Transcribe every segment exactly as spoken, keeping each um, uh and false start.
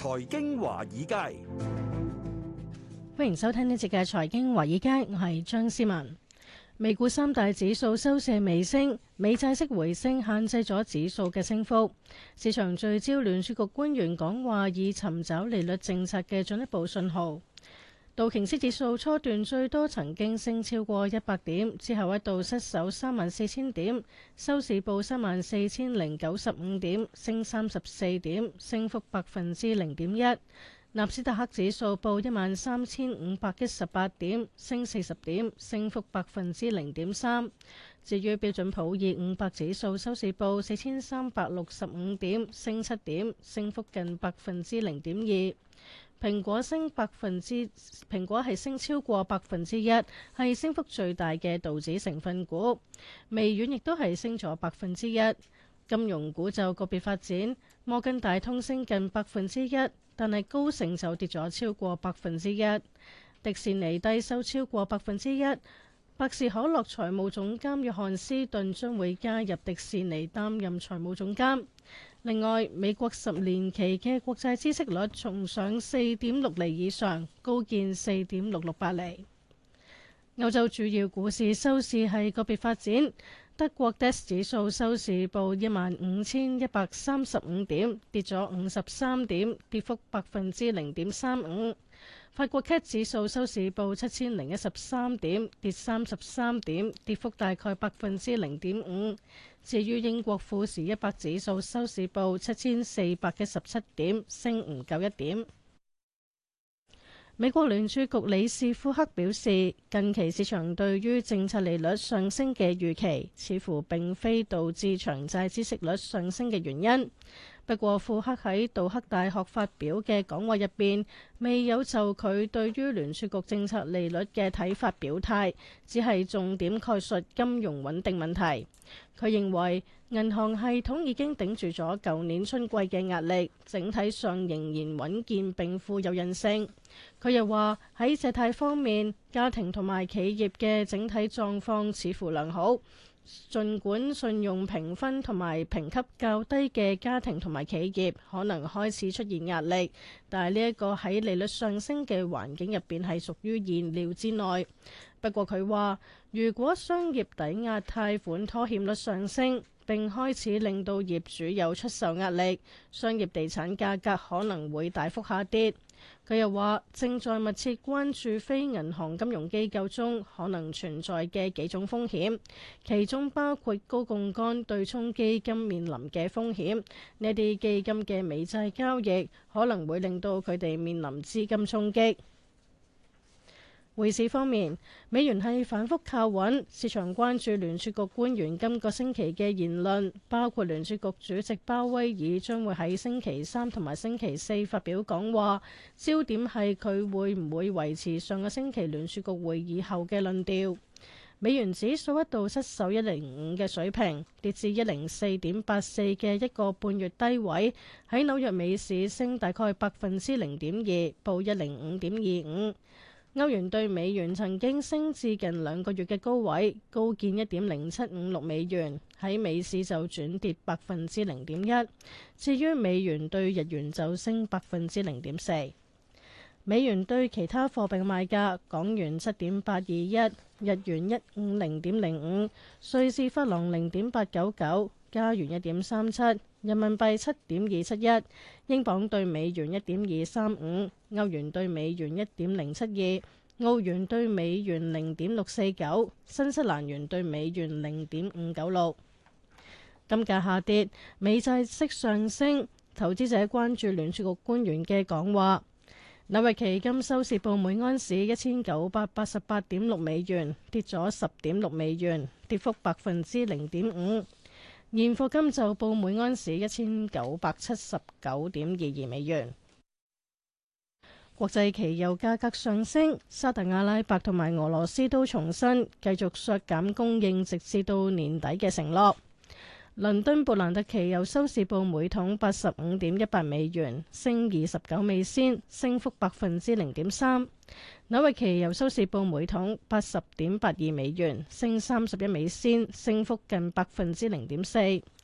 財經華爾街， 歡迎收聽呢節嘅財經華爾街，我係張思文。美股三大指數收市微升，美債息回升限制咗指數嘅升幅。市場聚焦聯儲局官員講話，以尋找利率政策嘅進一步信號。道瓊斯指數初段最多曾經升超過一百點，之後一度失守三萬四千點，收市報三萬四千零九十五點，升三十四點，升幅百分之零點一。納斯達克指數報一萬三千五百一十八點，升四十點，升幅百分之零點三。至於標準普爾五百指數收市報四千三百六十五點，升七點，升幅近百分之零點二。蘋果升百分之，蘋果係升超過百分之一，係升幅最大嘅道指成分股。微軟亦都係升咗百分之一。金融股就個別發展，摩根大通升近百分之一，但係高盛就跌咗超過百分之一。迪士尼低收超過百分之一。百事可樂財務總監約翰斯頓將會加入迪士尼擔任財務總監。另外，美國十年期嘅國債孳息率重上四點六厘以上，高見四點六六八厘。歐洲主要股市收市係個別發展。德國 D A X 指數收市報一萬五千一百三十五點，跌咗五十三點，跌幅百分之零點三五。法國 C A C 指數收市報七千零一十三點，跌三十三點，跌幅大概百分之零點五。至於英國富時一百指數收市報七千四百一十七點，升唔夠一點。美國聯儲局理事庫克表示，近期市場對於政策利率上升嘅預期，似乎並非導致長債孳息率上升嘅原因。不過，庫克喺杜克大學發表嘅講話入邊，未有就佢對於聯儲局政策利率嘅睇法表態，只係重點概述金融穩定問題。佢認為銀行系統已經頂住咗舊年春季嘅壓力，整體上仍然穩健並富有韌性。佢又話喺借貸方面，家庭同埋企業嘅整體狀況似乎良好。儘管信用評分同埋評級較低嘅家庭同埋企業可能開始出現壓力，但係呢一個喺利率上升嘅環境入邊係屬於意料之內。不過佢話，如果商業抵押貸款拖欠率上升，並開始令到業主有出售壓力，商業地產價格可能會大幅下跌。佢又話，正在密切關注非銀行金融機構中可能存在嘅幾種風險，其中包括高槓桿對沖基金面臨嘅風險。呢啲基金嘅美債交易可能會令到佢哋面臨資金衝擊。匯市方面，美元係反覆靠穩，市場關注聯儲局官員今個星期嘅言論，包括聯儲局主席鮑威爾將會喺星期三同埋星期四發表講話，焦點係佢會唔會維持上個星期聯儲局會議後嘅論調。美元指數一度失守一零五嘅水平，跌至一零四點八四嘅一個半月低位，喺紐約美市升大概百分之零點二，報一零五點二五。歐元對美元曾經升至近兩個月嘅高位，高見一點零七五六美元，喺美市就轉跌百分之零點一。至於美元對日元就升百分之零點四。美元對其他貨幣嘅賣價：港元七點八二一，日元一五零點零五，瑞士法郎零點八九九，加元一點三七，人民幣七點二七一，英鎊對美元一點二三五，歐元對美元一點零七二，澳元對美元零點六四九，新西蘭元對美元零點五九六。金價下跌，美債息上升，投資者關注聯儲局官員嘅講話。紐約期金收市報每安士一千九百八十八點六美元，跌咗十點六美元，跌幅百分之零點五。現貨金就報每安士一千九百七十九點二二美元。國際期油價格上升，沙特阿拉伯同埋俄羅斯都重申繼續削減供應直至到年底嘅承諾。倫敦布蘭特期油收市報每桶八十五點一八美元，升二十九美仙，升幅百分之零點三。紐約期油收市報每桶八十點八二美元，升三十一美仙，升幅近百分之零點四。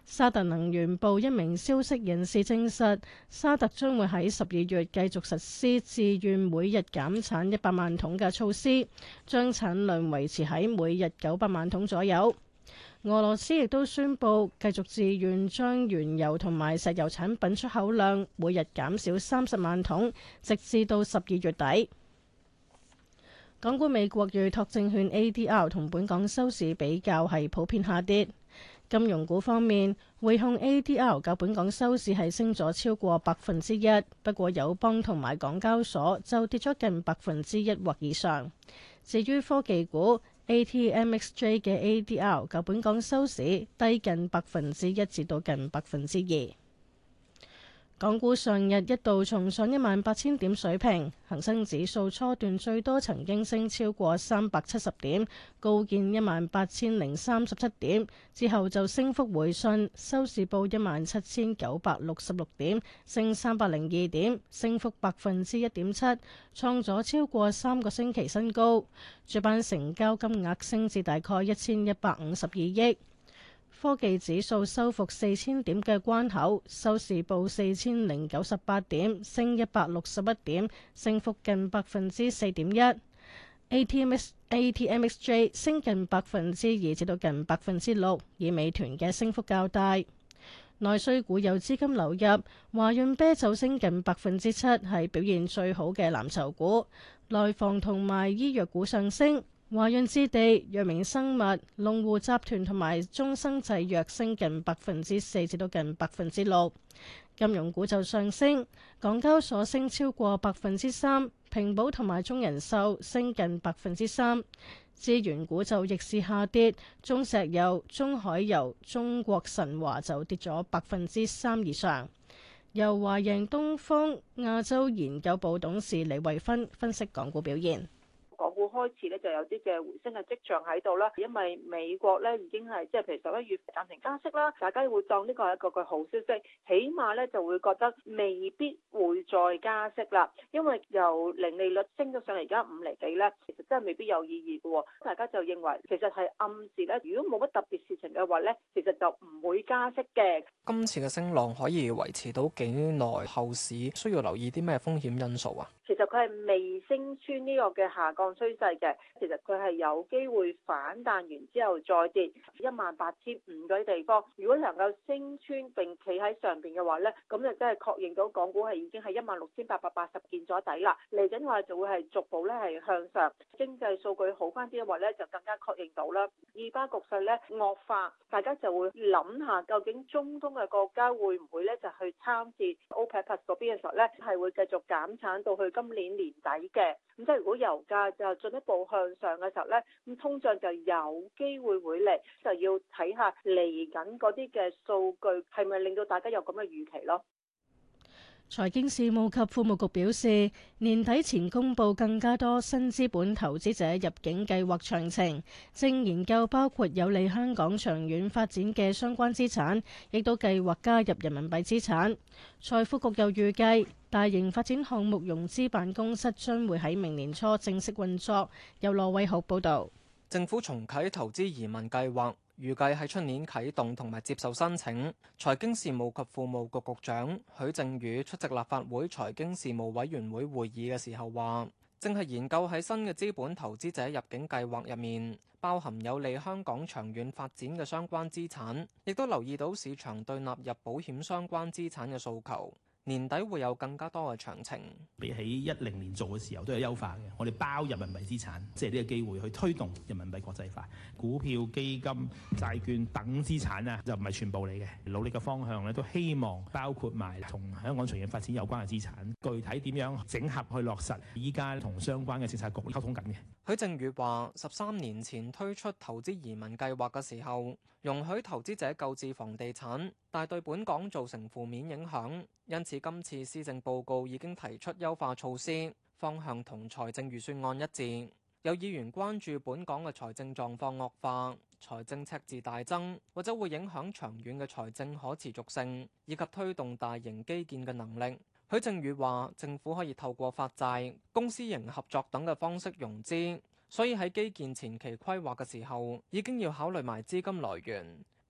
沙特能源部一名消息人士證實，沙特將會喺十二月繼續實施自願每日減產一百萬桶嘅措施，將產量維持喺每日九百萬桶左右。俄羅斯亦都宣布繼續自願將原油同埋石油產品出口量每日減少三十萬桶，直至到十二月底。港股美國預託證券 A D R 同本港收市比較係普遍下跌。金融股方面，匯控 A D R 較本港收市係升咗超過百分之一，不過友邦同埋港交所就跌咗近百分之一或以上。至於科技股 A T M X J 嘅 A D R 較本港收市低近百分之一至到近百分之二。港股上日一度重上一萬八千點水平，恒生指數初段最多曾經升超過三百七十點，高見一萬八千零三十七點，之後就升幅回順，收市報一萬七千九百六十六點，升三百零二點，升幅百分之一點七，創咗超過三個星期新高。主板成交金額升至大概一千一百五十二億。科技指數收復四千點嘅關口，收市報四千零九十八點，升一百六十一點，升幅近百分之四點一。A T M X A T M X J 升近百分之二至到近百分之六，以美團嘅升幅較大。內需股有資金流入，華潤啤酒升近百分之七，係表現最好嘅藍籌股。內房同埋醫藥股上升。華潤置地、藥明生物、龍湖集團同埋中生製藥升近百分之四至到近百分之六。金融股就上升，港交所升超過百分之三，平保同埋中人壽升近百分之三。資源股就逆市下跌，中石油、中海油、中國神華就跌咗百分之三以上。由華贏東方亞洲研究部董事李慧芬分析港股表現。 港股開始咧就有啲嘅回升嘅跡象喺度啦，因為美國咧已經係即係譬如十一月暫停加息啦，大家會當呢個係一個個好消息，起碼咧就會覺得未必會再加息啦，因為由零利率升咗上嚟而家五厘幾咧，其實真係未必有意義嘅。大家就認為其實係暗示咧，如果冇乜特別事情嘅話咧，其實就唔會加息嘅。 今次嘅升浪可以維持到幾耐？後市需要留意啲咩風險因素啊？ 其實佢係未升穿呢個嘅下降趨勢嘅，其實佢係有機會反彈完之後再跌一萬八千五嗰啲地方。如果能夠升穿並企喺上邊嘅話呢，咁就真係確認到港股係已經係一萬六千八百八十見咗底啦。嚟緊話就會係逐步咧係向上，經濟數據好翻啲嘅話呢，就更加確認到啦。以巴局勢咧惡化，大家就會諗下究竟中東嘅國家會唔會咧就去參戰 OPEC Plus 嗰邊嘅時候咧，係會繼續減產到去今年年底嘅。咁即係如果油價就進一步向上嘅時候咧，咁通脹就有機會會嚟，就要睇下嚟緊嗰啲嘅數據係咪令到大家有咁嘅預期咯。 財經事務及庫務局表示，年底前公布更加多新資本投資者入境計劃詳情，正研究包括有利香港長遠發展嘅相關資產，亦都計劃加入人民幣資產。財富局又預計，大型發展項目融資辦公室將會喺明年初正式運作。由羅偉豪報導。 政府重啟投資移民計劃，預計喺出年啟動同埋接受申請。財經事務及庫務局局長許正宇出席立法會財經事務委員會會議嘅時候話，正係研究喺新嘅資本投資者入境計劃入面，包含有利香港長遠發展嘅相關資產，亦都留意到市場對納入保險相關資產嘅訴求。年底會有更加多嘅詳情。 比起一零年做嘅時候都有優化嘅，我哋包人民幣資產，即係呢個機會去推動人民幣國際化。股票、基金、債券等資產啊，就唔係全部嚟嘅。努力嘅方向咧，都希望包括埋同香港長遠發展有關嘅資產。具體點樣整合去落實，依家同相關嘅政策局溝通緊嘅。 許正宇話：十三年前推出投資移民計劃嘅時候，容許投資者購置房地產，但對本港造成負面影響，因此今次施政報告已經提出優化措施，方向同財政預算案一致。有議員關注本港嘅財政狀況惡化，財政赤字大增，或者會影響長遠嘅財政可持續性，以及推動大型基建嘅能力。許正宇話：政府可以透過發債、公私營合作等嘅方式融資，所以喺基建前期規劃嘅時候，已經要考慮埋資金來源。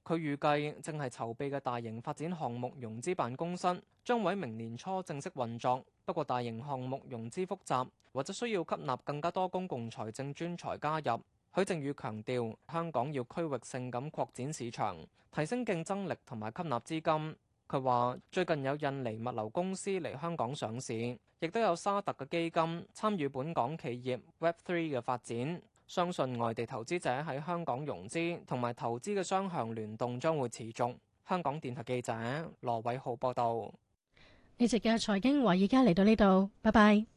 佢預計正係籌備嘅大型發展項目融資辦公室將會明年初正式運作。不過大型項目融資複雜，或者需要吸納更加多公共財政專才加入。許正宇強調，香港要區域性咁擴展市場，提升競爭力同埋吸納資金。佢話最近有印尼物流公司嚟香港上市，亦都有沙特嘅基金參與本港企業 Web 三 嘅發展。相信外地投資者喺香港融資同埋投資嘅雙向聯動將會持續。香港電台記者羅偉浩報道。 呢集嘅財經華爾街嚟到呢度，拜拜。